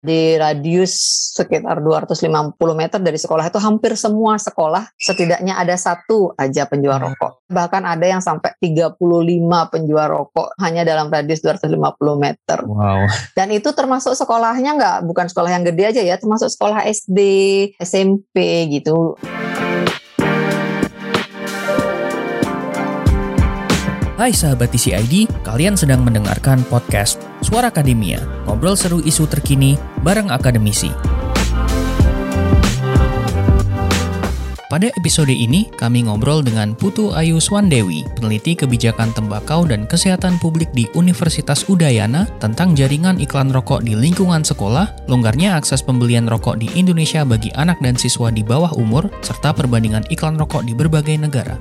Di radius sekitar 250 meter dari sekolah itu hampir semua sekolah setidaknya ada satu aja penjual rokok. Bahkan ada yang sampai 35 penjual rokok hanya dalam radius 250 meter. Wow. Dan itu termasuk sekolahnya bukan sekolah yang gede aja ya, termasuk sekolah SD, SMP gitu. Hai sahabat TCID, kalian sedang mendengarkan podcast Suara Akademia, ngobrol seru isu terkini bareng akademisi. Pada episode ini, kami ngobrol dengan Putu Ayu Swandewi, peneliti kebijakan tembakau dan kesehatan publik di Universitas Udayana tentang jaringan iklan rokok di lingkungan sekolah, longgarnya akses pembelian rokok di Indonesia bagi anak dan siswa di bawah umur, serta perbandingan iklan rokok di berbagai negara.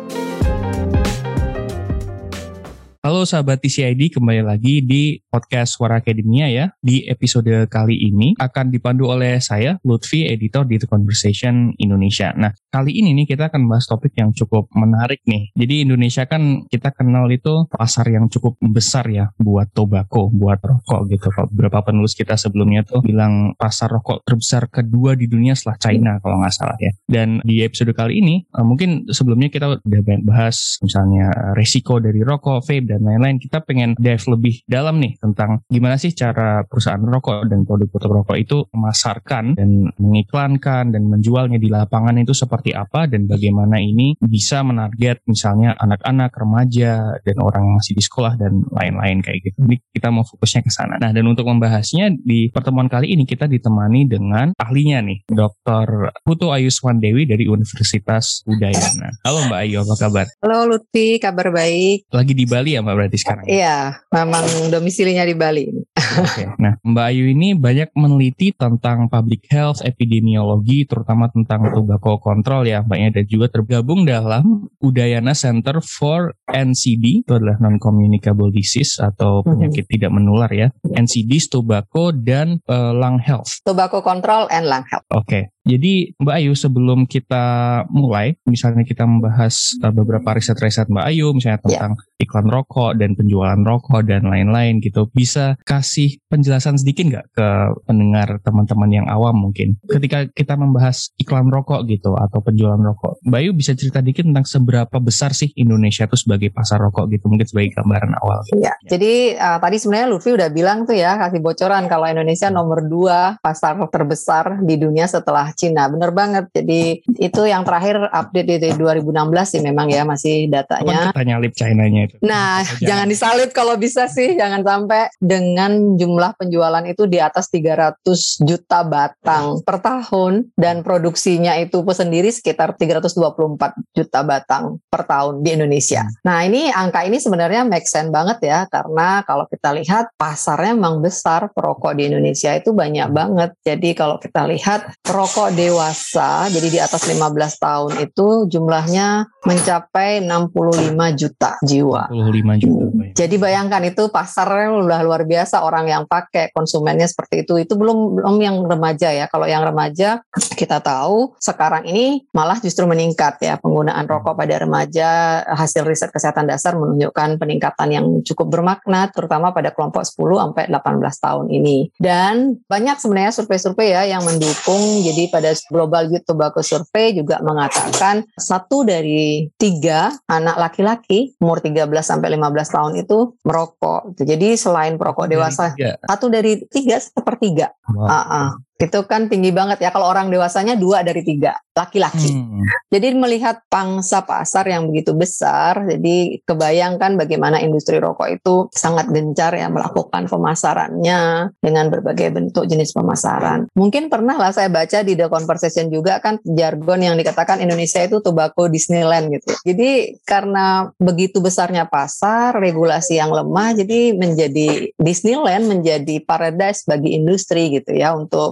Halo sahabat TCID, kembali lagi di podcast Suara Akademia ya. Di episode kali ini akan dipandu oleh saya, Lutfi, editor di The Conversation Indonesia. Nah, kali ini nih kita akan bahas topik yang cukup menarik nih. Jadi Indonesia kan kita kenal itu pasar yang cukup besar ya buat tobacco, buat rokok gitu. Kalau beberapa penulis kita sebelumnya tuh bilang pasar rokok terbesar kedua di dunia setelah China kalau nggak salah ya. Dan di episode kali ini mungkin sebelumnya kita udah bahas misalnya resiko dari rokok, vape, dan lain-lain. Kita pengen dive lebih dalam nih tentang gimana sih cara perusahaan rokok dan produk-produk rokok itu memasarkan dan mengiklankan dan menjualnya di lapangan itu seperti apa, dan bagaimana ini bisa menarget misalnya anak-anak, remaja, dan orang yang masih di sekolah dan lain-lain kayak gitu. Ini kita mau fokusnya ke sana. Nah, dan untuk membahasnya di pertemuan kali ini kita ditemani dengan ahlinya nih, Dr. Putu Ayu Swandewi dari Universitas Udayana. Halo Mbak Ayu, apa kabar? Halo Lutfi, kabar baik. Lagi di Bali ya Mbak berarti sekarang? Iya, memang domisilinya di Bali. Oke. Nah, Mbak Ayu ini banyak meneliti tentang public health, epidemiologi, terutama tentang tobacco control ya Mbaknya, dan juga tergabung dalam Udayana Center for NCD, itu adalah non-communicable disease atau penyakit tidak menular ya, NCD, tobacco, dan lung health. Tobacco control and lung health. Oke. Jadi Mbak Ayu, sebelum kita mulai, misalnya kita membahas beberapa riset-riset Mbak Ayu, misalnya tentang iklan rokok dan penjualan rokok dan lain-lain gitu, bisa kasih penjelasan sedikit nggak ke pendengar teman-teman yang awam mungkin? Ketika kita membahas iklan rokok gitu atau penjualan rokok, Mbak Ayu bisa cerita dikit tentang seberapa besar sih Indonesia itu sebagai pasar rokok gitu, mungkin sebagai gambaran awal. Iya, jadi tadi sebenarnya Lutfi udah bilang tuh ya, kasih bocoran kalau Indonesia nomor 2 pasar terbesar di dunia setelah Cina. Bener banget. Jadi itu yang terakhir update di 2016 sih memang ya, masih datanya. Kita nyalip China-nya itu. Nah, jangan disalip kalau bisa sih, jangan sampai. Dengan jumlah penjualan itu di atas 300 juta batang per tahun, dan produksinya itu sendiri sekitar 324 juta batang per tahun di Indonesia. Nah, angka ini sebenarnya make sense banget ya, karena kalau kita lihat pasarnya memang besar, perokok di Indonesia itu banyak banget. Jadi kalau kita lihat perokok dewasa, jadi di atas 15 tahun itu jumlahnya mencapai 65 juta jiwa. 65 juta. Jadi bayangkan itu pasarnya udah luar biasa, orang yang pakai, konsumennya seperti itu. Itu belum yang remaja ya. Kalau yang remaja kita tahu sekarang ini malah justru meningkat ya penggunaan rokok pada remaja. Hasil riset kesehatan dasar menunjukkan peningkatan yang cukup bermakna, terutama pada kelompok 10 sampai 18 tahun ini. Dan banyak sebenarnya survei-survei ya yang mendukung. Jadi pada Global Youth Tobacco Survey juga mengatakan 1 dari 3 anak laki-laki umur 13 sampai 15 tahun itu merokok. Jadi selain perokok dewasa, 1 dari 3 sepertiga. Wow. Itu kan tinggi banget ya. Kalau orang dewasanya 2 dari 3 laki-laki. Jadi melihat pangsa pasar yang begitu besar, jadi kebayangkan bagaimana industri rokok itu sangat gencar ya melakukan pemasarannya dengan berbagai bentuk jenis pemasaran. Mungkin pernah lah saya baca di The Conversation juga kan jargon yang dikatakan Indonesia itu tobacco Disneyland gitu. Jadi karena begitu besarnya pasar, regulasi yang lemah, jadi menjadi Disneyland, menjadi paradise bagi industri gitu ya untuk melakukan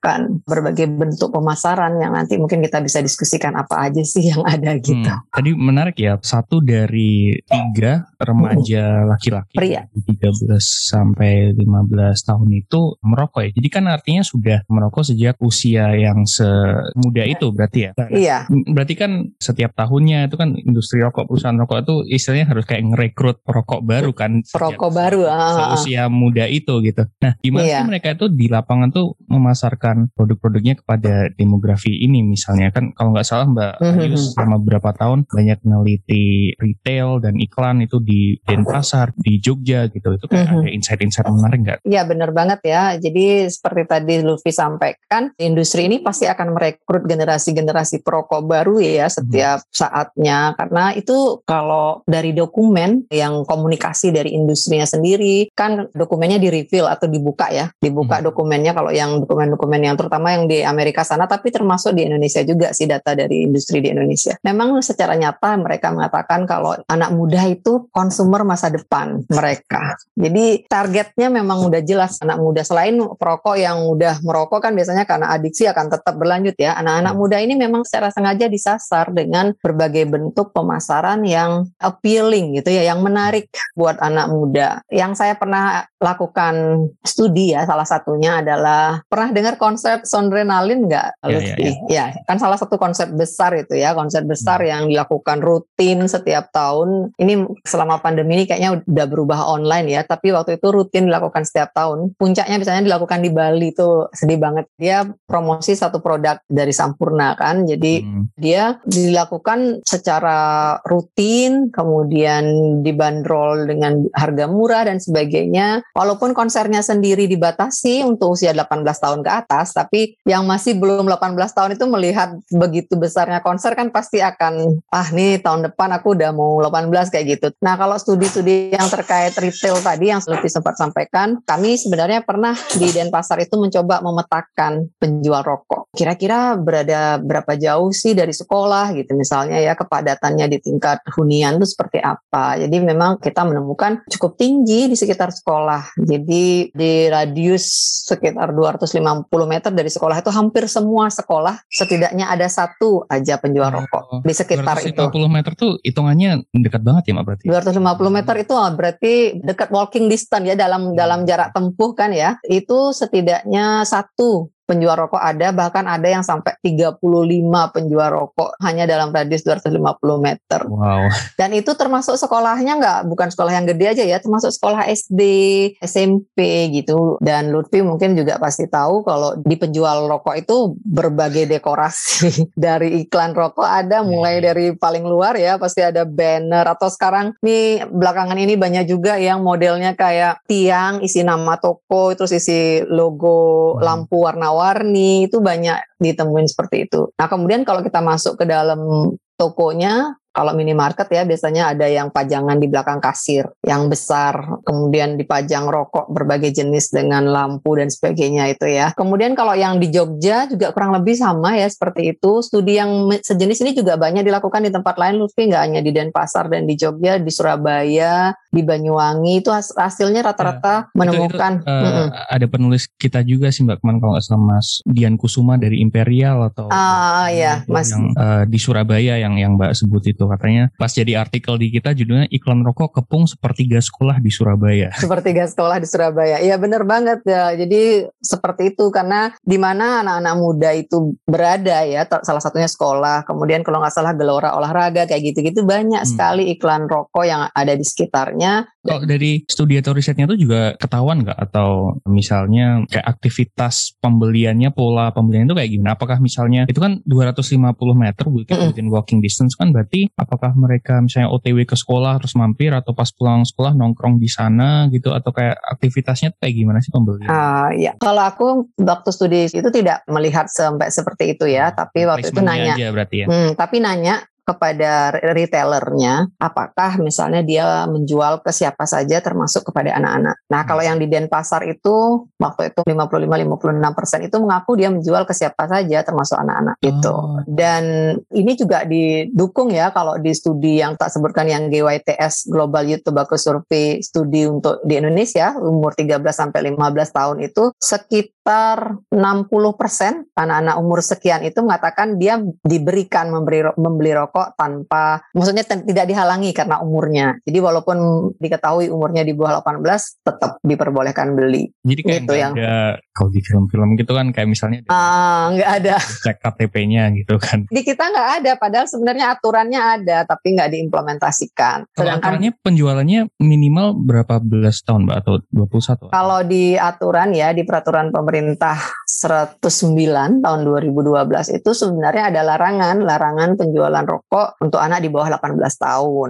melakukan berbagai bentuk pemasaran yang nanti mungkin kita bisa diskusikan apa aja sih yang ada gitu. Tadi menarik ya, 1 dari 3 remaja laki-laki Pria 13 sampai 15 tahun itu merokok ya. Jadi kan artinya sudah merokok sejak usia yang semuda itu berarti ya. Iya. Berarti kan setiap tahunnya itu kan industri rokok, perusahaan rokok itu istilahnya harus kayak ngerekrut perokok baru kan. Perokok baru. Seusia muda itu gitu. Nah, gimana sih mereka itu di lapangan tuh memasarkan produk-produknya kepada demografi ini misalnya kan kalau nggak salah Mbak Ayus selama beberapa tahun banyak meneliti retail dan iklan itu di Denpasar, di Jogja gitu. Itu kayak ada insight-insight menarik nggak? Iya benar banget ya. Jadi seperti tadi Lutfi sampaikan, industri ini pasti akan merekrut generasi-generasi perokok baru ya setiap saatnya. Karena itu kalau dari dokumen yang komunikasi dari industrinya sendiri, kan dokumennya di-reveal atau dibuka ya. Dibuka dokumennya kalau yang dokumen-dokumen yang terutama yang di Amerika sana, tapi termasuk di Indonesia juga sih data dari industri di Indonesia. Memang secara nyata mereka mengatakan kalau anak muda itu konsumer masa depan mereka. Jadi targetnya memang udah jelas anak muda. Selain perokok yang udah merokok kan biasanya karena adiksi akan tetap berlanjut ya. Anak-anak muda ini memang secara sengaja disasar dengan berbagai bentuk pemasaran yang appealing gitu ya, yang menarik buat anak muda. Yang saya pernah lakukan studi ya, salah satunya adalah pernah dengar konsep Sonrenalin nggak? Ya, kan salah satu konsep besar itu ya, konsep besar yang dilakukan rutin setiap tahun. Ini selama pandemi ini kayaknya udah berubah online ya, tapi waktu itu rutin dilakukan setiap tahun. Puncaknya misalnya dilakukan di Bali, itu sedih banget. Dia promosi satu produk dari Sampurna kan, jadi dia dilakukan secara rutin, kemudian dibanderol dengan harga murah dan sebagainya. Walaupun konsernya sendiri dibatasi untuk usia 18 tahun ke atas, tapi yang masih belum 18 tahun itu melihat begitu besarnya konser kan pasti akan, nih tahun depan aku udah mau 18 kayak gitu. Nah kalau studi-studi yang terkait retail tadi yang lebih sempat sampaikan, kami sebenarnya pernah di Denpasar itu mencoba memetakan penjual rokok. Kira-kira berada berapa jauh sih dari sekolah gitu misalnya ya, kepadatannya di tingkat hunian itu seperti apa. Jadi memang kita menemukan cukup tinggi di sekitar sekolah. Jadi di radius sekitar 250 meter dari sekolah itu hampir semua sekolah setidaknya ada satu aja penjual rokok di sekitar 250 itu. 250 meter tuh hitungannya dekat banget ya Mbak berarti? 250 meter itu berarti dekat walking distance ya, dalam jarak tempuh kan ya. Itu setidaknya satu penjual rokok ada, bahkan ada yang sampai 35 penjual rokok hanya dalam radius 250 meter. Wow. Dan itu termasuk sekolahnya bukan sekolah yang gede aja ya, termasuk sekolah SD, SMP gitu. Dan Lutfi mungkin juga pasti tahu kalau di penjual rokok itu berbagai dekorasi. Dari iklan rokok ada, mulai dari paling luar ya, pasti ada banner, atau sekarang nih belakangan ini banyak juga yang modelnya kayak tiang isi nama toko, terus isi logo lampu warna-warni, itu banyak ditemuin seperti itu. Nah kemudian kalau kita masuk ke dalam tokonya, kalau minimarket ya biasanya ada yang pajangan di belakang kasir yang besar, kemudian dipajang rokok berbagai jenis dengan lampu dan sebagainya itu ya. Kemudian kalau yang di Jogja juga kurang lebih sama ya seperti itu. Studi yang sejenis ini juga banyak dilakukan di tempat lain, Lutfi, nggak hanya di Denpasar dan di Jogja, di Surabaya, di Banyuwangi, itu hasilnya rata-rata menemukan. Ada penulis kita juga sih Mbak, kemarin kalau nggak salah Mas Dian Kusuma dari Imperial atau ya Mas yang di Surabaya yang Mbak sebut itu. Katanya pas jadi artikel di kita judulnya iklan rokok kepung sepertiga sekolah di Surabaya. Sepertiga sekolah di Surabaya. Iya benar banget ya. Jadi seperti itu karena di mana anak-anak muda itu berada ya, salah satunya sekolah. Kemudian kalau nggak salah gelora olahraga kayak gitu-gitu, banyak sekali iklan rokok yang ada di sekitarnya. Kalau dari studi atau risetnya itu juga ketahuan nggak, atau misalnya kayak aktivitas pembeliannya, pola pembelian itu kayak gimana? Apakah misalnya itu kan 250 meter within walking distance kan, berarti apakah mereka misalnya OTW ke sekolah terus mampir, atau pas pulang sekolah nongkrong di sana gitu, atau kayak aktivitasnya kayak gimana sih pembelian? Ya, kalau aku waktu studi itu tidak melihat sampai seperti itu ya, tapi waktu itu nanya. Aja berarti ya. Tapi nanya kepada retailernya, apakah misalnya dia menjual ke siapa saja termasuk kepada anak-anak. Nah, kalau yang di Denpasar itu waktu itu 55-56% itu mengaku dia menjual ke siapa saja termasuk anak-anak gitu. Dan ini juga didukung ya kalau di studi yang tak sebutkan yang GYTS Global Youth Tobacco Survey studi untuk di Indonesia umur 13 sampai 15 tahun itu sekitar 60% anak-anak umur sekian itu mengatakan dia diberikan membeli rokok tanpa, maksudnya tidak dihalangi karena umurnya. Jadi walaupun diketahui umurnya di bawah 18 tetap diperbolehkan beli. Jadi kayak gitu yang ada kalau di film-film gitu kan kayak misalnya nggak ada cek KTP-nya gitu kan. Di kita nggak ada, padahal sebenarnya aturannya ada tapi nggak diimplementasikan. Sedangkan penjualannya minimal berapa belas tahun Mbak atau 21? Kalau di aturan ya di peraturan pemerintah 109 tahun 2012 itu sebenarnya ada larangan penjualan rokok untuk anak di bawah 18 tahun.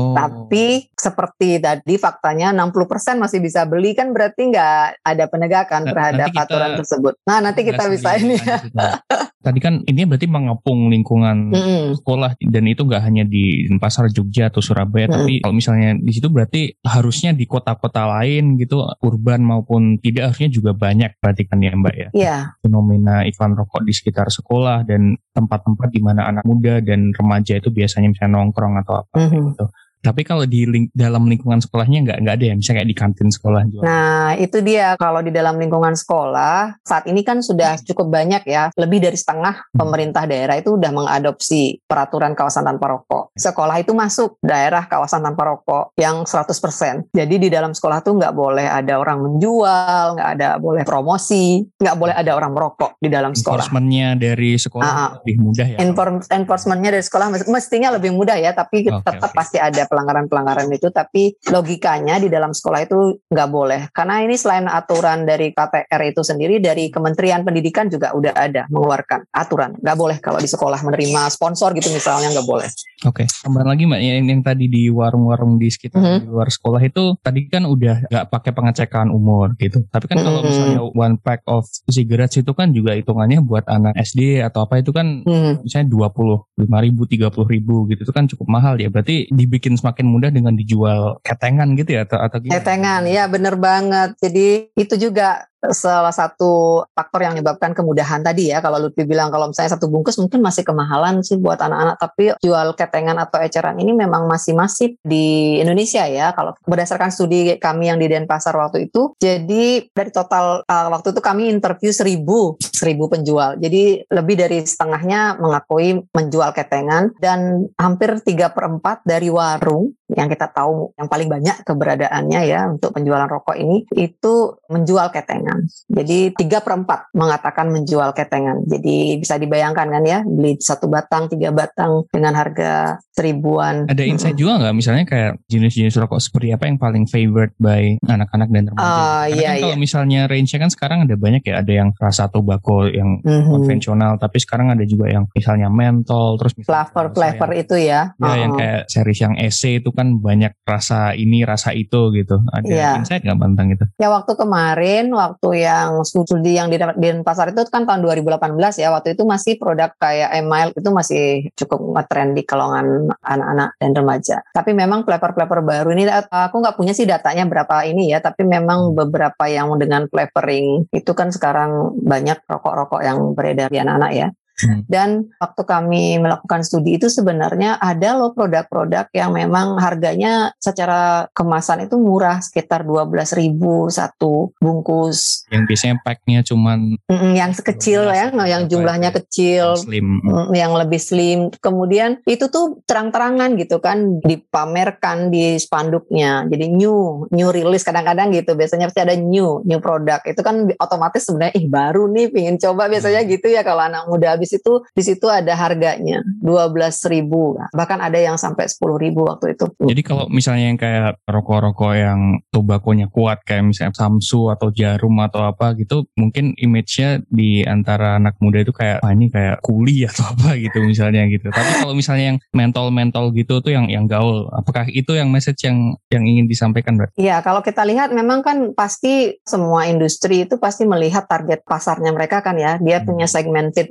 Tapi seperti tadi faktanya 60% masih bisa beli, kan berarti nggak ada penegakan terhadap aturan tersebut. Nah, nanti kita bisa ini ya. Tadi kan ini berarti mengepung lingkungan sekolah dan itu nggak hanya di Denpasar, Jogja atau Surabaya, tapi kalau misalnya di situ berarti harusnya di kota-kota lain gitu, urban maupun tidak, harusnya juga banyak berarti kan ya Mbak ya. Iya. Fenomena iklan rokok di sekitar sekolah dan tempat-tempat di mana anak muda dan remaja itu biasanya misalnya nongkrong atau apa gitu. Tapi kalau di dalam lingkungan sekolahnya nggak ada ya, misalnya kayak di kantin sekolah juga. Nah, itu dia. Kalau di dalam lingkungan sekolah, saat ini kan sudah cukup banyak ya, lebih dari setengah pemerintah daerah itu udah mengadopsi peraturan kawasan tanpa rokok. Sekolah itu masuk daerah kawasan tanpa rokok yang 100%. Jadi di dalam sekolah tuh nggak boleh ada orang menjual, nggak ada boleh promosi, nggak boleh ada orang merokok di dalam sekolah. Enforcement-nya dari sekolah lebih mudah ya? Enforcement-nya dari sekolah mestinya lebih mudah ya, tapi tetap pasti ada pelanggaran-pelanggaran itu, tapi logikanya di dalam sekolah itu nggak boleh. Karena ini selain aturan dari KTR itu sendiri, dari Kementerian Pendidikan juga udah ada mengeluarkan aturan. Nggak boleh kalau di sekolah menerima sponsor gitu misalnya, nggak boleh. Oke. Tambahan lagi Mbak, yang tadi di warung-warung di sekitar di luar sekolah itu, tadi kan udah nggak pakai pengecekan umur gitu. Tapi kan kalau misalnya one pack of cigarettes itu kan juga hitungannya buat anak SD atau apa itu kan misalnya 25.000, 30.000 gitu, itu kan cukup mahal ya. Berarti dibikin semakin mudah dengan dijual ketengan gitu ya atau gimana? Ketengan, ya bener banget. Jadi itu juga salah satu faktor yang menyebabkan kemudahan tadi ya. Kalau Lutfi bilang kalau misalnya satu bungkus mungkin masih kemahalan sih buat anak-anak, tapi jual ketengan atau eceran ini memang masih masif di Indonesia ya. Kalau berdasarkan studi kami yang di Denpasar waktu itu, jadi dari total waktu itu kami interview 1.000 penjual. Jadi lebih dari setengahnya mengakui menjual ketengan, dan hampir 3/4 dari warung yang kita tahu yang paling banyak keberadaannya ya untuk penjualan rokok ini itu menjual ketengan. Jadi 3/4 mengatakan menjual ketengan. Jadi bisa dibayangkan kan ya, beli 1 batang, 3 batang dengan harga 1.000-an. Ada insight juga nggak misalnya kayak jenis-jenis rokok seperti apa yang paling favored by anak-anak dan remaja? Karena kan kalau misalnya range-nya kan sekarang ada banyak ya, ada yang rasa tobacco yang konvensional, tapi sekarang ada juga yang misalnya mentol, terus misalnya flavor itu ya. Yang kayak series yang EC itu kan banyak rasa ini, rasa itu gitu. Ada insight nggak tentang itu? Ya waktu kemarin, waktu yang studi yang di Denpasar itu kan tahun 2018 ya, waktu itu masih produk kayak Email itu masih cukup nge-trend di kalangan anak-anak dan remaja. Tapi memang flavor-flavor baru ini, aku nggak punya sih datanya berapa ini ya, tapi memang beberapa yang dengan flavoring itu kan sekarang banyak rokok-rokok yang beredar di anak-anak ya. Dan waktu kami melakukan studi itu sebenarnya ada loh produk-produk yang memang harganya secara kemasan itu murah, sekitar 12.000 satu bungkus. Yang biasanya packnya cuman yang sekecil ya, yang jumlahnya kecil, slim. Yang lebih slim. Kemudian itu tuh terang-terangan gitu kan, dipamerkan di spanduknya. Jadi new release kadang-kadang gitu. Biasanya pasti ada new produk. Itu kan otomatis sebenarnya baru nih, pengen coba biasanya gitu ya kalau anak muda. Habis itu di situ ada harganya 12.000, bahkan ada yang sampai 10.000 waktu itu. Jadi kalau misalnya yang kayak rokok-rokok yang tobakonya kuat kayak misalnya Samsu atau Jarum atau apa gitu, mungkin image-nya di antara anak muda itu kayak ini kayak kuli atau apa gitu misalnya gitu. Tapi kalau misalnya yang mentol-mentol gitu tuh yang gaul, apakah itu yang message yang ingin disampaikan, Mbak? Iya, kalau kita lihat memang kan pasti semua industri itu pasti melihat target pasarnya mereka kan ya. Dia punya segmented marketing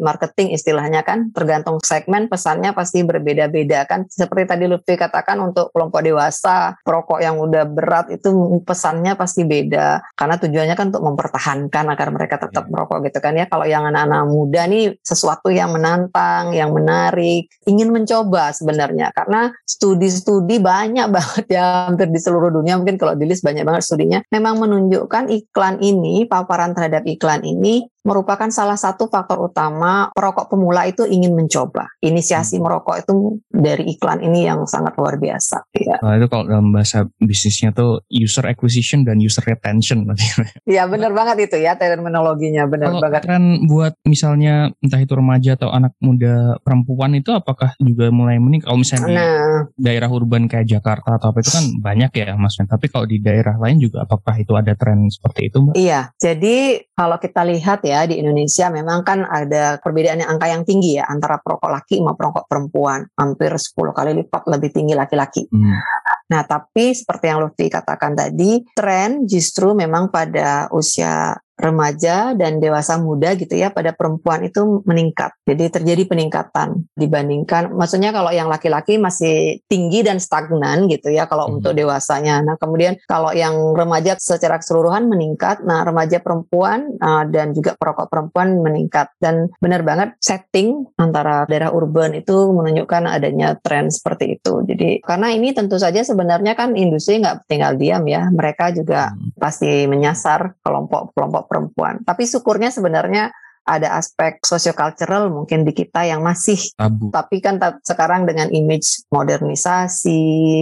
marketing istilahnya kan, tergantung segmen pesannya pasti berbeda-beda kan. Seperti tadi Lutfi katakan, untuk kelompok dewasa, perokok yang udah berat itu pesannya pasti beda, karena tujuannya kan untuk mempertahankan agar mereka tetap merokok gitu kan ya. Kalau yang anak-anak muda nih sesuatu yang menantang, yang menarik, ingin mencoba sebenarnya, karena studi-studi banyak banget ya, hampir di seluruh dunia, mungkin kalau di list banyak banget studinya, memang menunjukkan iklan ini, paparan terhadap iklan ini merupakan salah satu faktor utama perokok pemula itu ingin mencoba. Inisiasi merokok itu dari iklan ini yang sangat luar biasa. Ya. Nah, itu kalau dalam bahasa bisnisnya tuh user acquisition dan user retention. Iya benar banget itu ya terminologinya, benar banget. Tren buat misalnya entah itu remaja atau anak muda perempuan itu apakah juga mulai meningkat? Kalau misalnya di daerah urban kayak Jakarta atau apa itu kan banyak ya maksudnya. Tapi kalau di daerah lain juga apakah itu ada tren seperti itu, Mbak? Iya, jadi kalau kita lihat ya di Indonesia memang kan ada perbedaan angka yang tinggi ya antara perokok laki sama perokok perempuan, hampir 10 kali lipat lebih tinggi laki-laki. Nah, tapi seperti yang Lutfi katakan tadi, tren justru memang pada usia remaja dan dewasa muda gitu ya, pada perempuan itu meningkat. Jadi terjadi peningkatan dibandingkan, maksudnya kalau yang laki-laki masih tinggi dan stagnan gitu ya kalau untuk dewasanya. Nah, kemudian kalau yang remaja secara keseluruhan meningkat, nah remaja perempuan dan juga perokok perempuan meningkat. Dan benar banget setting antara daerah urban itu menunjukkan adanya tren seperti itu. Jadi karena ini tentu saja sebenarnya kan industri nggak tinggal diam ya, mereka juga pasti menyasar kelompok perempuan. Tapi syukurnya sebenarnya ada aspek sosiokultural mungkin di kita yang masih tabu. Tapi kan sekarang dengan image modernisasi,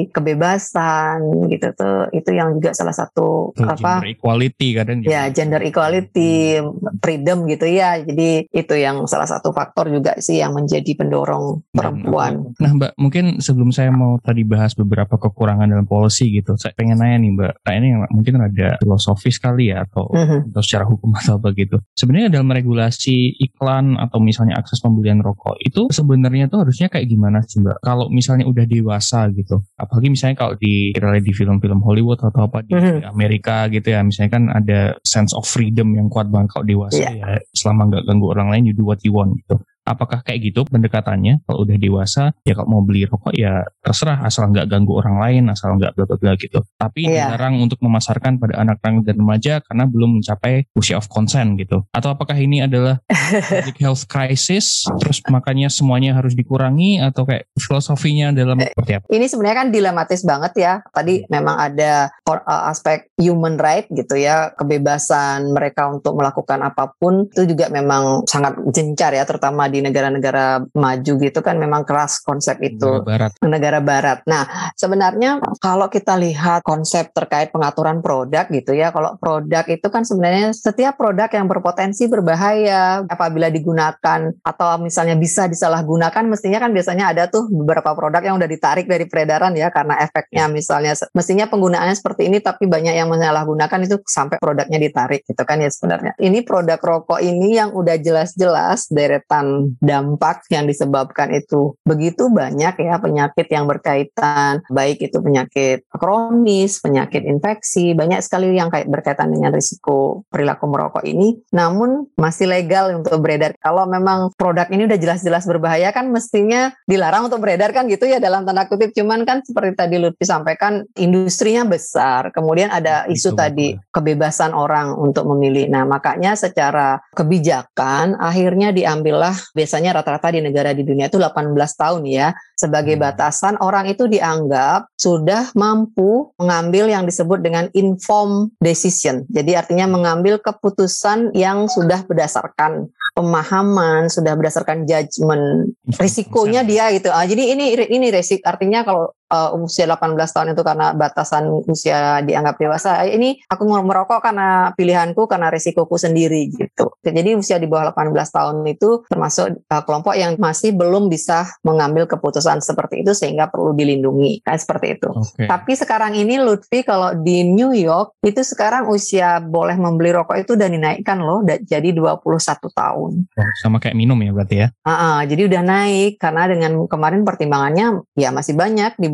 kebebasan gitu tuh, itu yang juga salah satu gender equality kadang ya juga. Gender equality, freedom gitu ya. Jadi itu yang salah satu faktor juga sih yang menjadi pendorong perempuan. Nah Mbak, mungkin sebelum saya mau tadi bahas beberapa kekurangan dalam policy gitu, saya pengen nanya nih Mbak, nah ini mungkin ada filosofis kali ya atau secara hukum atau apa gitu. Sebenarnya dalam regulasi iklan atau misalnya akses pembelian rokok itu sebenarnya tuh harusnya kayak gimana sih Mbak? Kalau misalnya udah dewasa gitu, apalagi misalnya kalau di film-film Hollywood atau apa di Amerika gitu ya, misalnya kan ada sense of freedom yang kuat banget kalau dewasa ya, selama nggak ganggu orang lain you do what you want gitu. Apakah kayak gitu pendekatannya? Kalau udah dewasa, ya kalau mau beli rokok ya terserah asal nggak ganggu orang lain, asal nggak bla bla bla gitu. Tapi dilarang untuk memasarkan pada anak-anak dan remaja karena belum mencapai usia of consent gitu. Atau apakah ini adalah public health crisis, terus makanya semuanya harus dikurangi, atau kayak filosofinya dalam seperti apa? Ini sebenarnya kan dilematis banget ya. Tadi memang ada aspek human right gitu ya, kebebasan mereka untuk melakukan apapun itu juga memang sangat gencar ya, terutama di negara-negara maju gitu kan memang keras konsep itu. Negara barat. Nah, sebenarnya kalau kita lihat konsep terkait pengaturan produk gitu ya, kalau produk itu kan sebenarnya setiap produk yang berpotensi berbahaya apabila digunakan atau misalnya bisa disalahgunakan, mestinya kan biasanya ada tuh beberapa produk yang udah ditarik dari peredaran ya, karena efeknya misalnya mestinya penggunaannya seperti ini tapi banyak yang menyalahgunakan, itu sampai produknya ditarik gitu kan ya. Sebenarnya ini produk rokok ini yang udah jelas-jelas deretan dampak yang disebabkan itu begitu banyak ya, penyakit yang berkaitan, baik itu penyakit kronis, penyakit infeksi, banyak sekali yang kayak berkaitan dengan risiko perilaku merokok ini, namun masih legal untuk beredar. Kalau memang produk ini udah jelas-jelas berbahaya kan mestinya dilarang untuk beredar kan gitu ya, dalam tanda kutip. Cuman kan seperti tadi Lutfi sampaikan, industrinya besar, kemudian ada isu tadi kebebasan orang untuk memilih. Nah makanya secara kebijakan akhirnya diambillah, biasanya rata-rata di negara di dunia itu 18 tahun ya, sebagai batasan orang itu dianggap sudah mampu mengambil yang disebut dengan informed decision. Jadi artinya mengambil keputusan yang sudah berdasarkan pemahaman, sudah berdasarkan judgement, risikonya dia gitu. Jadi ini resik, artinya kalau usia 18 tahun itu karena batasan usia dianggap dewasa, ini aku mau merokok karena pilihanku, karena risikoku sendiri gitu. Jadi usia di bawah 18 tahun itu termasuk kelompok yang masih belum bisa mengambil keputusan seperti itu sehingga perlu dilindungi, kan seperti itu. Tapi sekarang ini Lutfi, kalau di New York itu sekarang usia boleh membeli rokok itu udah dinaikkan loh, jadi 21 tahun. Sama kayak minum ya berarti ya? Jadi udah naik, karena dengan kemarin pertimbangannya ya masih banyak di bawah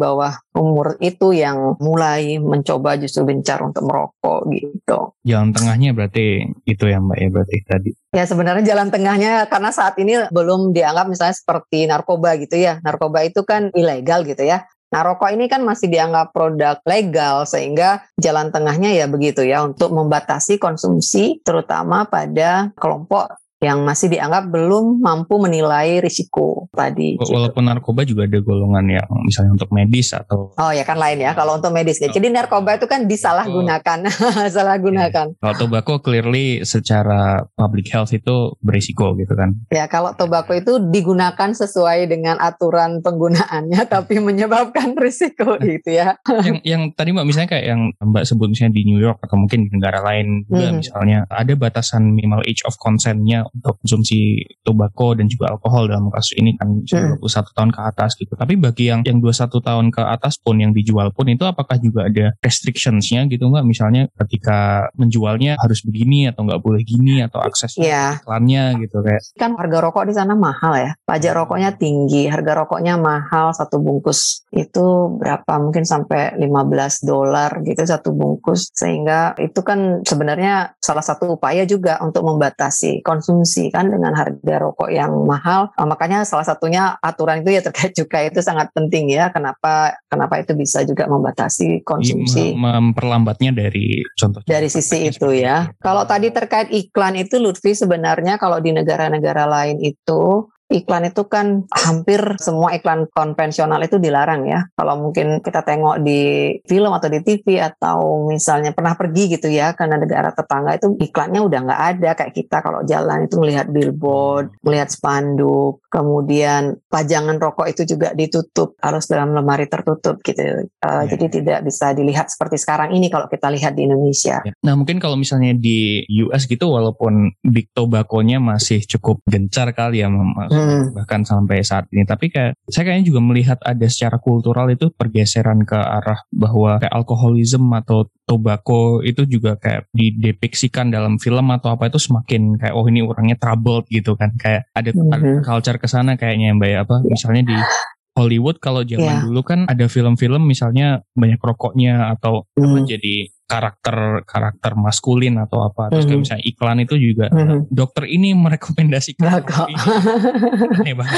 bawah umur itu yang mulai mencoba justru gencar untuk merokok gitu. Jalan tengahnya berarti itu ya Mbak ya, berarti tadi. Ya sebenarnya jalan tengahnya karena saat ini belum dianggap misalnya seperti narkoba gitu ya. Narkoba itu kan ilegal gitu ya. Nah, rokok ini kan masih dianggap produk legal sehingga jalan tengahnya ya begitu ya untuk membatasi konsumsi terutama pada kelompok yang masih dianggap belum mampu menilai risiko tadi. Walaupun narkoba juga ada golongan yang misalnya untuk medis atau... Oh ya kan lain ya kalau untuk medis ya. Jadi narkoba itu kan disalahgunakan. Salahgunakan. Kalau tobacco clearly secara public health itu berisiko gitu kan. Ya kalau tobacco itu digunakan sesuai dengan aturan penggunaannya tapi menyebabkan risiko gitu ya. Yang tadi Mbak misalnya kayak yang Mbak sebut misalnya di New York atau mungkin di negara lain juga misalnya ada batasan minimal age of consent-nya untuk konsumsi tobacco dan juga alkohol dalam kasus ini kan 21 tahun ke atas gitu. Tapi bagi yang 21 tahun ke atas pun yang dijual pun itu apakah juga ada restrictions-nya gitu nggak? Misalnya ketika menjualnya harus begini atau nggak boleh gini atau aksesnya iklannya gitu kayak. Kan harga rokok di sana mahal ya. Pajak rokoknya tinggi, harga rokoknya mahal, satu bungkus itu berapa? Mungkin sampai $15 gitu satu bungkus. Sehingga itu kan sebenarnya salah satu upaya juga untuk membatasi konsumsi kan dengan harga rokok yang mahal. Makanya salah satunya aturan itu ya terkait cukai itu sangat penting ya. Kenapa itu bisa juga membatasi konsumsi. Memperlambatnya dari contoh. Dari sisi itu ya. Kalau tadi terkait iklan itu Lutfi sebenarnya kalau di negara-negara lain itu iklan itu kan hampir semua iklan konvensional itu dilarang ya. Kalau mungkin kita tengok di film atau di TV atau misalnya pernah pergi gitu ya ke negara tetangga itu iklannya udah nggak ada kayak kita kalau jalan itu melihat billboard, melihat spanduk, kemudian pajangan rokok itu juga ditutup harus dalam lemari tertutup gitu. Jadi tidak bisa dilihat seperti sekarang ini kalau kita lihat di Indonesia. Nah mungkin kalau misalnya di US gitu walaupun big tobacco-nya masih cukup gencar kali ya bahkan sampai saat ini, tapi saya kayaknya juga melihat ada secara kultural itu pergeseran ke arah bahwa kayak alkoholisme atau tobacco itu juga kayak didepiksikan dalam film atau apa itu semakin kayak ini orangnya troubled gitu kan, kayak ada culture kesana kayaknya Mbak ya, misalnya di Hollywood kalau zaman dulu kan ada film-film misalnya banyak rokoknya atau jadi karakter maskulin atau apa, terus kayak misalnya iklan itu juga dokter ini merekomendasikan rokok ini. Aneh banget.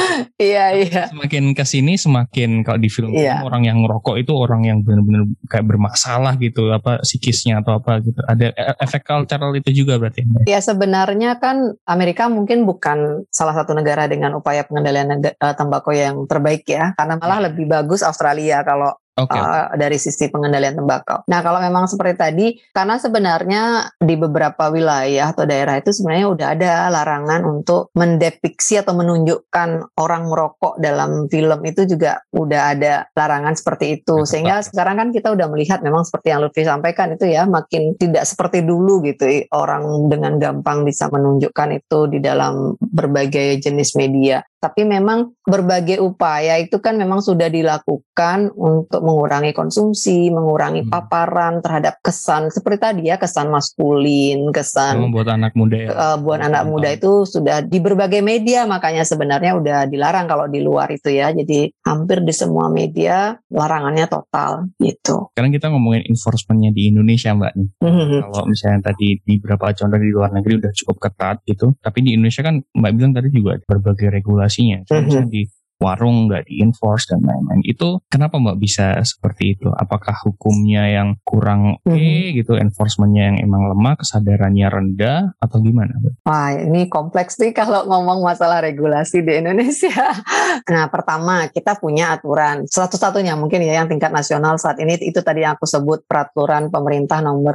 Iya. Semakin kesini semakin kalau di film orang yang ngerokok itu orang yang benar-benar kayak bermasalah gitu, psikisnya atau apa gitu. Ada efek cultural itu juga berarti. Ya sebenarnya kan Amerika mungkin bukan salah satu negara dengan upaya pengendalian tembakau yang terbaik ya, karena malah lebih bagus Australia kalau dari sisi pengendalian tembakau. Nah kalau memang seperti tadi, karena sebenarnya di beberapa wilayah atau daerah itu sebenarnya udah ada larangan untuk mendepiksi atau menunjukkan orang merokok dalam film itu juga udah ada larangan seperti itu. Sehingga sekarang kan kita udah melihat memang seperti yang Lutfi sampaikan itu ya, makin tidak seperti dulu gitu. Orang dengan gampang bisa menunjukkan itu di dalam berbagai jenis media. Tapi memang berbagai upaya itu kan memang sudah dilakukan untuk mengurangi konsumsi, mengurangi paparan terhadap kesan seperti tadi ya, kesan maskulin, kesan buat anak muda ya. Buat anak muda itu sudah di berbagai media, makanya sebenarnya udah dilarang kalau di luar itu ya. Jadi hampir di semua media larangannya total gitu. Sekarang kita ngomongin enforcement-nya di Indonesia Mbak nih. Kalau misalnya tadi di beberapa contoh di luar negeri udah cukup ketat gitu, tapi di Indonesia kan Mbak bilang tadi juga ada berbagai regulasi. Misalnya di warung nggak di-enforce dan lain-lain. Itu kenapa Mbak bisa seperti itu? Apakah hukumnya yang kurang gitu, enforcement-nya yang emang lemah, kesadarannya rendah, atau gimana? Wah, ini kompleks nih kalau ngomong masalah regulasi di Indonesia. Nah, pertama kita punya aturan satu-satunya mungkin ya yang tingkat nasional saat ini itu tadi yang aku sebut peraturan pemerintah nomor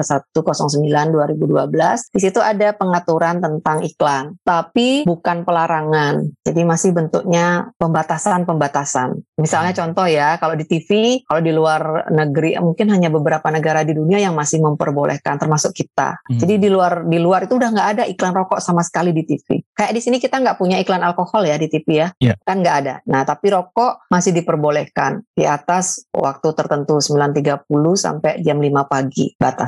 109/2012. Di situ ada pengaturan tentang iklan, tapi bukan pelarangan. Jadi masih bentuknya pembatasan. Misalnya contoh ya, kalau di TV, kalau di luar negeri mungkin hanya beberapa negara di dunia yang masih memperbolehkan, termasuk kita. Jadi di luar itu udah nggak ada iklan rokok sama sekali di TV. Kayak di sini kita nggak punya iklan alkohol ya di TV ya, kan nggak ada. Nah tapi rokok masih diperbolehkan di atas waktu tertentu 9.30 sampai jam 5 pagi batasnya.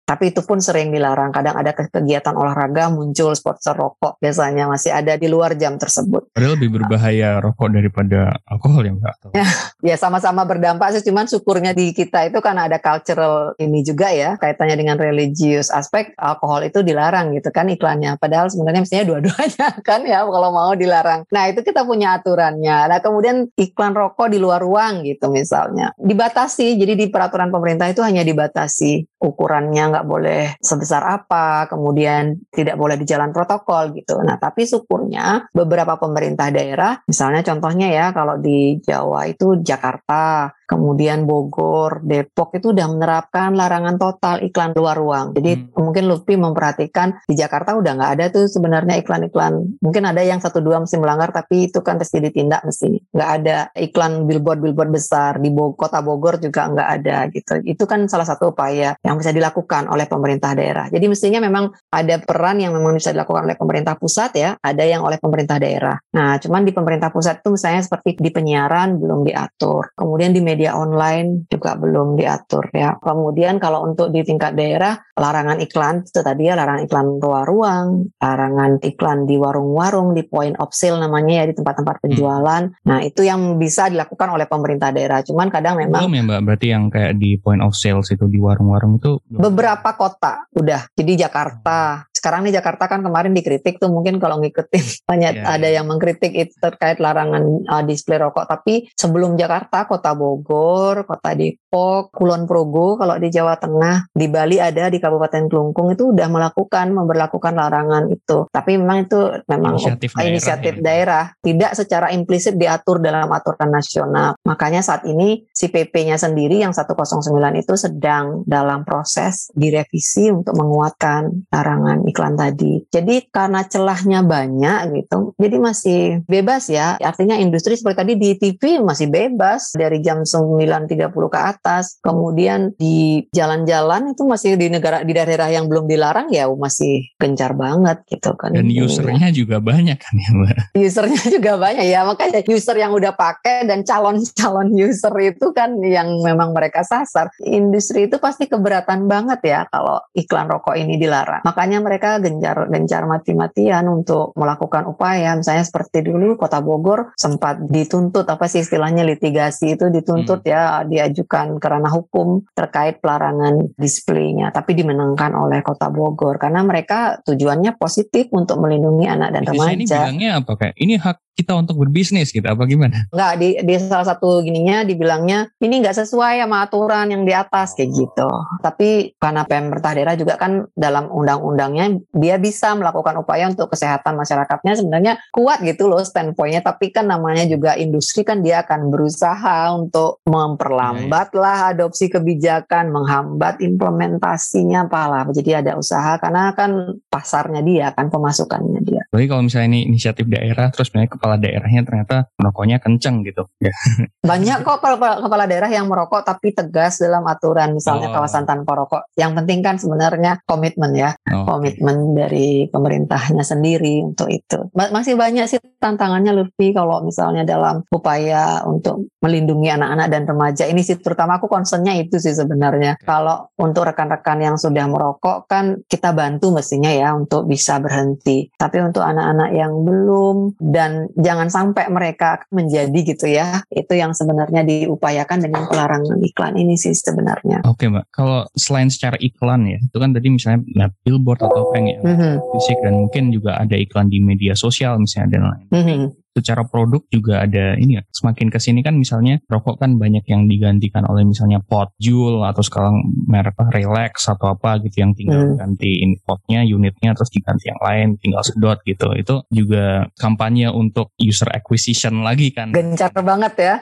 Tapi itu pun sering dilarang. Kadang ada kegiatan olahraga muncul sponsor rokok, biasanya masih ada di luar jam tersebut. Padahal lebih berbahaya rokok daripada alkohol ya Mbak? Ya sama-sama berdampak sih, cuman syukurnya di kita itu karena ada cultural ini juga ya, kaitannya dengan religius aspek, alkohol itu dilarang gitu kan iklannya. Padahal sebenarnya mestinya dua-duanya kan ya kalau mau dilarang. Nah itu kita punya aturannya. Nah kemudian iklan rokok di luar ruang gitu misalnya, dibatasi. Jadi di peraturan pemerintah itu hanya dibatasi. Ukurannya nggak boleh sebesar apa, kemudian tidak boleh di jalan protokol gitu. Nah, tapi syukurnya beberapa pemerintah daerah, misalnya contohnya ya kalau di Jawa itu Jakarta, kemudian Bogor, Depok itu udah menerapkan larangan total iklan luar ruang. Jadi mungkin Lutfi memperhatikan di Jakarta udah nggak ada tuh sebenarnya iklan-iklan. Mungkin ada yang 1-2 mesti melanggar, tapi itu kan mesti ditindak mesti. Nggak ada iklan billboard besar di kota Bogor juga nggak ada gitu. Itu kan salah satu upaya yang bisa dilakukan oleh pemerintah daerah. Jadi mestinya memang ada peran yang memang bisa dilakukan oleh pemerintah pusat ya, ada yang oleh pemerintah daerah. Nah, cuman di pemerintah pusat itu misalnya seperti di penyiaran belum diatur. Kemudian di media online juga belum diatur ya. Kemudian kalau untuk di tingkat daerah, larangan iklan itu tadi ya, larangan iklan luar ruang, larangan iklan di warung-warung, di point of sale namanya ya, di tempat-tempat penjualan. Nah, itu yang bisa dilakukan oleh pemerintah daerah. Cuman kadang memang belum ya Mbak, berarti yang kayak di point of sales itu di warung-warung itu beberapa kota udah. Jadi Jakarta, sekarang nih Jakarta kan kemarin dikritik tuh, mungkin kalau ngikutin banyak ada yang mengkritik itu terkait larangan display rokok. Tapi sebelum Jakarta, kota Bogor, kota Depok, Kulon Progo kalau di Jawa Tengah, di Bali ada, di Kabupaten Klungkung itu udah memberlakukan larangan itu. Tapi memang itu inisiatif daerah, tidak secara implisit diatur dalam aturan nasional. Makanya saat ini si PP-nya sendiri yang 109 itu sedang dalam proses direvisi untuk menguatkan larangan iklan tadi. Jadi karena celahnya banyak gitu, jadi masih bebas ya. Artinya industri seperti tadi di TV masih bebas dari jam 9.30 ke atas. Kemudian di jalan-jalan itu masih di daerah yang belum dilarang ya masih gencar banget gitu kan. Dan usernya juga banyak kan ya Mbak? Usernya juga banyak ya, makanya user yang udah pakai dan calon-calon user itu kan yang memang mereka sasar. Industri itu pasti keberatan banget ya kalau iklan rokok ini dilarang. Makanya mereka gencar mati-matian untuk melakukan upaya. Misalnya seperti dulu Kota Bogor sempat dituntut, apa sih istilahnya, litigasi itu dituntut ya, diajukan ke ranah hukum terkait pelarangan displaynya. Tapi dimenangkan oleh Kota Bogor karena mereka tujuannya positif untuk melindungi anak dan remaja. Ini bilangnya apa, kayak ini hak kita untuk berbisnis gitu, apa gimana? Enggak, di salah satu gininya dibilangnya ini nggak sesuai sama aturan yang di atas kayak gitu. Tapi karena pemerintah daerah juga kan dalam undang-undangnya dia bisa melakukan upaya untuk kesehatan masyarakatnya sebenarnya kuat gitu loh standpointnya. Tapi kan namanya juga industri kan dia akan berusaha untuk memperlambat lah adopsi kebijakan, menghambat implementasinya apalah. Jadi ada usaha karena kan pasarnya dia kan, pemasukannya dia. Jadi kalau misalnya ini inisiatif daerah terus kepala daerahnya ternyata merokoknya kenceng gitu ya. Banyak kok kepala daerah yang merokok tapi tegas dalam aturan, misalnya kawasan tanpa rokok. Yang penting kan sebenarnya komitmen ya, komitmen dari pemerintahnya sendiri untuk itu. Masih banyak sih tantangannya Lutfi kalau misalnya dalam upaya untuk melindungi anak-anak dan remaja ini sih, terutama aku concernnya itu sih sebenarnya. Kalau untuk rekan-rekan yang sudah merokok kan kita bantu mestinya ya untuk bisa berhenti. Tapi untuk anak-anak yang belum, dan jangan sampai mereka menjadi gitu ya, itu yang sebenarnya diupayakan dengan pelarangan iklan ini sih sebenarnya. Oke Mbak, kalau selain secara iklan ya, itu kan tadi misalnya billboard atau apa yang fisik, dan mungkin juga ada iklan di media sosial misalnya dan lain-lain. Secara produk juga ada ini ya, semakin kesini kan misalnya rokok kan banyak yang digantikan oleh misalnya pot Juul atau sekarang merek Relax atau apa gitu yang tinggal gantiin potnya, unitnya, terus diganti yang lain, tinggal sedot gitu. Itu juga kampanye untuk user acquisition lagi kan. Gencar banget ya.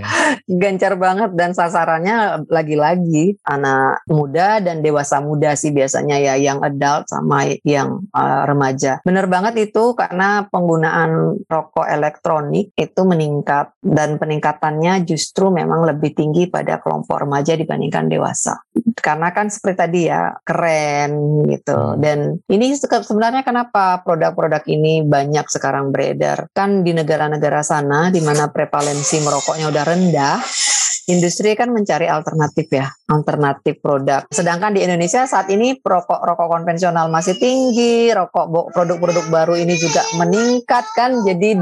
Gencar banget, dan sasarannya lagi-lagi anak muda dan dewasa muda sih biasanya ya, yang adult sama yang remaja. Bener banget itu, karena penggunaan rokok elektronik itu meningkat, dan peningkatannya justru memang lebih tinggi pada kelompok remaja dibandingkan dewasa. Karena kan seperti tadi ya, keren gitu. Dan ini sebenarnya kenapa produk-produk ini banyak sekarang beredar. Kan di negara-negara sana di mana prevalensi merokoknya udah rendah, industri kan mencari alternatif ya, alternatif produk. Sedangkan di Indonesia saat ini rokok konvensional masih tinggi, produk-produk baru ini juga meningkat kan, jadi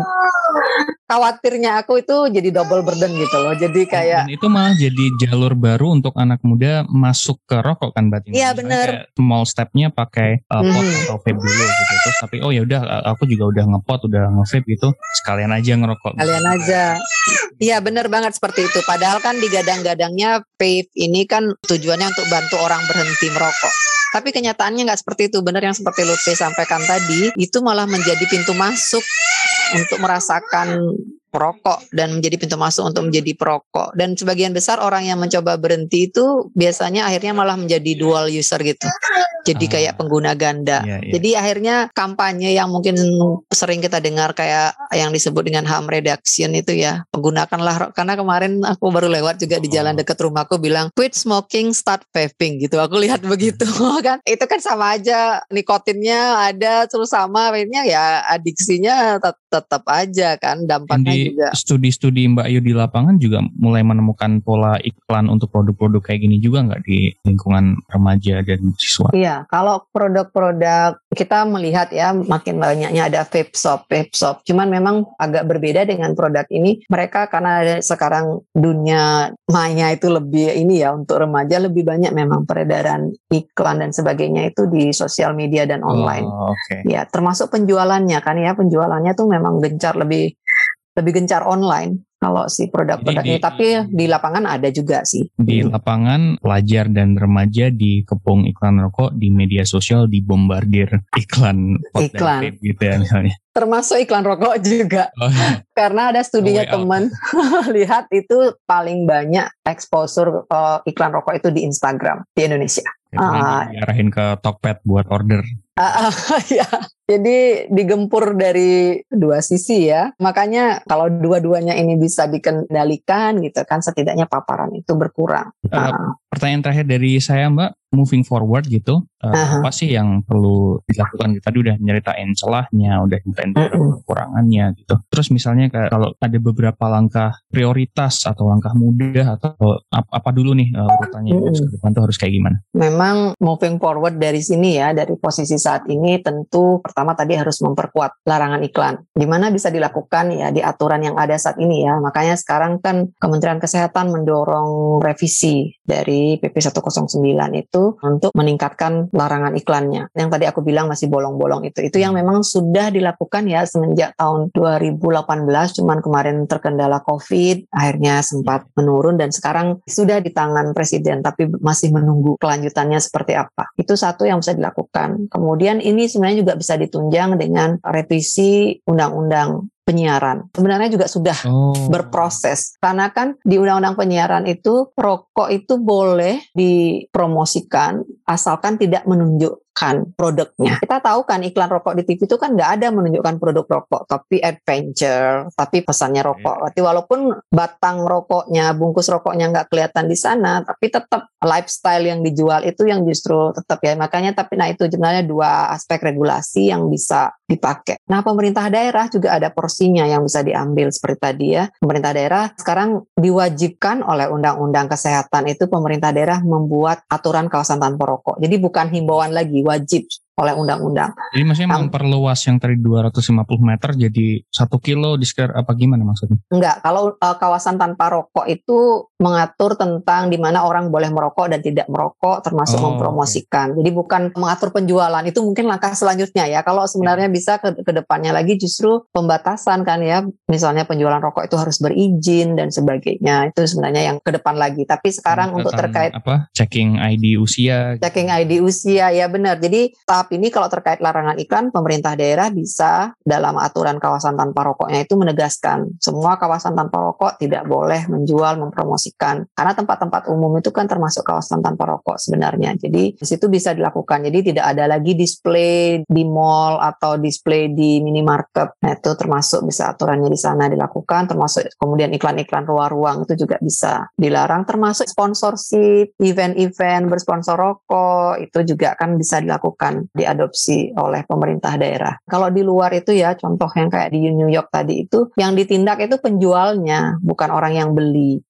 khawatirnya aku itu jadi double burden gitu loh. Jadi kayak dan itu malah jadi jalur baru untuk anak muda masuk ke rokok kan berarti. Iya benar. Small stepnya pakai pot atau vape dulu gitu. Terus tapi oh ya udah aku juga udah ngepot, udah nge-vape gitu, sekalian aja ngerokok. Sekalian aja. Iya benar banget seperti itu. Padahal kan digadang-gadangnya vape ini kan tujuannya untuk bantu orang berhenti merokok. Tapi kenyataannya nggak seperti itu. Benar yang seperti Lutfi sampaikan tadi, itu malah menjadi pintu masuk untuk merasakan perokok dan menjadi pintu masuk untuk menjadi perokok. Dan sebagian besar orang yang mencoba berhenti itu biasanya akhirnya malah menjadi dual user gitu. Jadi kayak pengguna ganda. Jadi akhirnya kampanye yang mungkin sering kita dengar kayak yang disebut dengan harm reduction itu ya, gunakanlah, karena kemarin aku baru lewat juga di jalan dekat rumahku bilang quit smoking start vaping gitu. Aku lihat begitu kan. Itu kan sama aja, nikotinnya ada terus sama akhirnya ya adiksinya tetap aja kan dampaknya di juga. Studi-studi Mbak Ayu di lapangan juga mulai menemukan pola iklan untuk produk-produk kayak gini juga nggak di lingkungan remaja dan siswa? Iya, kalau produk-produk kita melihat ya makin banyaknya ada vape shop. Cuman memang agak berbeda dengan produk ini. Mereka karena sekarang dunia maya itu lebih ini ya, untuk remaja lebih banyak memang peredaran iklan dan sebagainya itu di sosial media dan online. Ya, termasuk penjualannya kan ya, penjualannya tuh memang lebih gencar online. Kalau si produk-produk ini, tapi di lapangan ada juga sih. Di lapangan pelajar dan remaja dikepung iklan rokok, di media sosial dibombardir iklan vape gitu ya misalnya. Termasuk iklan rokok juga. Karena ada studinya teman lihat itu paling banyak exposure iklan rokok itu di Instagram di Indonesia. Diarahin ke Tokped buat order. Ya. Jadi digempur dari dua sisi ya. Makanya kalau dua-duanya ini bisa dikendalikan gitu kan, setidaknya paparan itu berkurang. Pertanyaan terakhir dari saya Mbak, moving forward gitu, apa sih yang perlu dilakukan? Tadi udah nyeritain celahnya, udah nyeritain kekurangannya gitu. Terus misalnya kalau ada beberapa langkah prioritas atau langkah mudah atau apa dulu nih urutannya ke depan tuh harus kayak gimana? Memang moving forward dari sini ya, dari posisi saat ini tentu pertama tadi harus memperkuat larangan iklan. Di mana bisa dilakukan ya di aturan yang ada saat ini ya. Makanya sekarang kan Kementerian Kesehatan mendorong revisi dari PP 109 itu untuk meningkatkan larangan iklannya. Yang tadi aku bilang masih bolong-bolong itu yang memang sudah dilakukan ya semenjak tahun 2018, cuman kemarin terkendala COVID, akhirnya sempat menurun dan sekarang sudah di tangan Presiden, tapi masih menunggu kelanjutannya seperti apa. Itu satu yang bisa dilakukan. Kemudian ini sebenarnya juga bisa ditunjang dengan revisi undang-undang penyiaran. Sebenarnya juga sudah berproses. Karena kan di undang-undang penyiaran itu rokok itu boleh dipromosikan asalkan tidak menunjukkan produknya. Kita tahu kan iklan rokok di TV itu kan nggak ada menunjukkan produk rokok, tapi adventure, tapi pesannya rokok. Berarti walaupun batang rokoknya, bungkus rokoknya nggak kelihatan di sana, tapi tetap lifestyle yang dijual itu yang justru tetap ya. Makanya itu sebenarnya dua aspek regulasi yang bisa dipakai. Nah, pemerintah daerah juga ada porsinya yang bisa diambil seperti tadi ya. Pemerintah daerah sekarang diwajibkan oleh Undang-Undang Kesehatan itu pemerintah daerah membuat aturan kawasan tanpa rokok. Jadi bukan himbauan lagi, wajib oleh undang-undang. Jadi maksudnya memperluas yang tadi 250 meter jadi 1 kilo di sekitar apa gimana maksudnya? Enggak, kalau kawasan tanpa rokok itu mengatur tentang di mana orang boleh merokok dan tidak merokok, termasuk mempromosikan. Jadi bukan mengatur penjualan, itu mungkin langkah selanjutnya ya. Kalau sebenarnya bisa ke depannya lagi justru pembatasan kan ya, misalnya penjualan rokok itu harus berizin dan sebagainya. Itu sebenarnya yang ke depan lagi. Tapi sekarang untuk terkait checking ID usia. Checking ID usia ya benar. Jadi tahap ini kalau terkait larangan iklan, pemerintah daerah bisa dalam aturan kawasan tanpa rokoknya itu menegaskan semua kawasan tanpa rokok tidak boleh menjual, mempromosikan. Karena tempat-tempat umum itu kan termasuk kawasan tanpa rokok sebenarnya. Jadi di situ bisa dilakukan. Jadi tidak ada lagi display di mall atau display di minimarket. Nah, itu termasuk bisa aturannya di sana dilakukan. Termasuk kemudian iklan-iklan ruang-ruang itu juga bisa dilarang. Termasuk sponsorship, event-event bersponsor rokok itu juga kan bisa dilakukan, diadopsi oleh pemerintah daerah. Kalau di luar itu ya, contoh yang kayak di New York tadi itu, yang ditindak itu penjualnya, bukan orang yang beli. Nah, di sini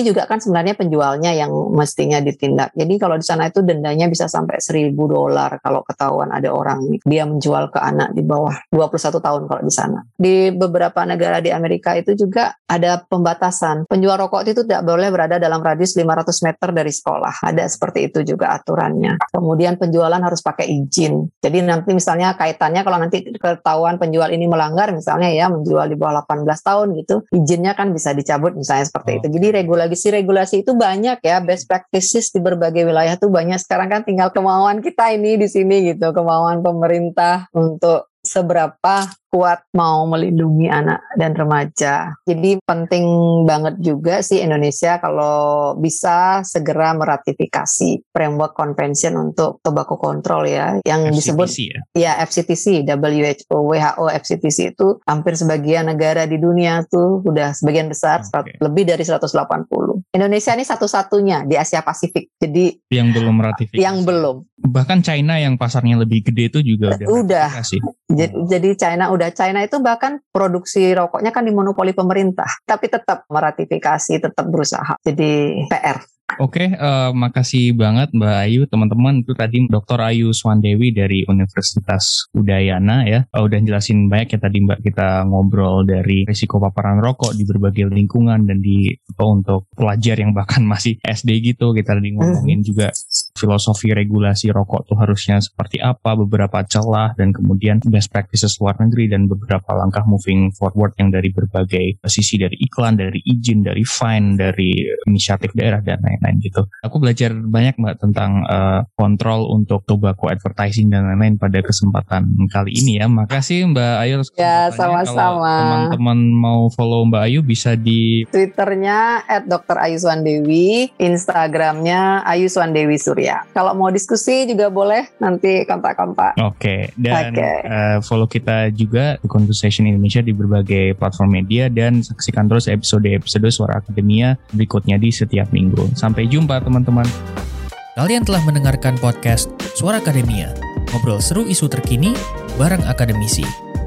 ini juga kan sebenarnya penjualnya yang mestinya ditindak. Jadi kalau di sana itu dendanya bisa sampai $1.000 kalau ketahuan ada orang dia menjual ke anak di bawah 21 tahun kalau di sana. Di beberapa negara di Amerika itu juga ada pembatasan. Penjual rokok itu tidak boleh berada dalam radius 500 meter dari sekolah. Ada seperti itu juga aturannya. Kemudian penjualan harus pakai izin. Jadi nanti misalnya kaitannya kalau nanti ketahuan penjual ini melanggar misalnya ya menjual di bawah 18 tahun gitu, izinnya kan bisa dicabut misalnya seperti itu. Jadi regulasi itu banyak ya, best practices di berbagai wilayah tuh banyak. Sekarang kan tinggal kemauan kita ini di sini gitu, kemauan pemerintah untuk seberapa kuat mau melindungi anak dan remaja. Jadi penting banget juga sih Indonesia kalau bisa segera meratifikasi Framework Convention untuk Tobacco Control ya, yang FCTC disebut ya FCTC, WHO FCTC itu hampir sebagian negara di dunia tuh udah sebagian besar, lebih dari 180. Indonesia ini satu-satunya di Asia Pasifik. Jadi yang belum ratifikasi. Yang belum. Bahkan China yang pasarnya lebih gede itu juga udah ratifikasi. Jadi China itu bahkan produksi rokoknya kan dimonopoli pemerintah, tapi tetap meratifikasi, tetap berusaha. Jadi PR. Oke, makasih banget Mbak Ayu, teman-teman. Itu tadi Dr. Ayu Swandewi dari Universitas Udayana ya. Udah jelasin banyak ya tadi Mbak, kita ngobrol dari risiko paparan rokok di berbagai lingkungan dan di untuk pelajar yang bahkan masih SD gitu. Kita tadi ngomongin juga filosofi regulasi rokok tuh harusnya seperti apa, beberapa celah dan kemudian best practices luar negeri dan beberapa langkah moving forward yang dari berbagai sisi, dari iklan, dari izin, dari fine, dari inisiatif daerah dan lain-lain gitu. Aku belajar banyak Mbak tentang kontrol untuk tobacco advertising dan lain-lain pada kesempatan kali ini ya. Makasih Mbak Ayu. Ya, sama-sama. Kalau teman-teman mau follow Mbak Ayu bisa di Twitternya @dr.ayuswandewi, Instagramnya Ayu Swandewi Surya. Kalau mau diskusi juga boleh, nanti kontak-kontak. Oke. Dan follow kita juga The Conversation Indonesia di berbagai platform media dan saksikan terus episode-episode Suara Akademia berikutnya di setiap minggu. Sampai jumpa teman-teman. Kalian telah mendengarkan podcast Suara Akademia, ngobrol seru isu terkini bareng akademisi.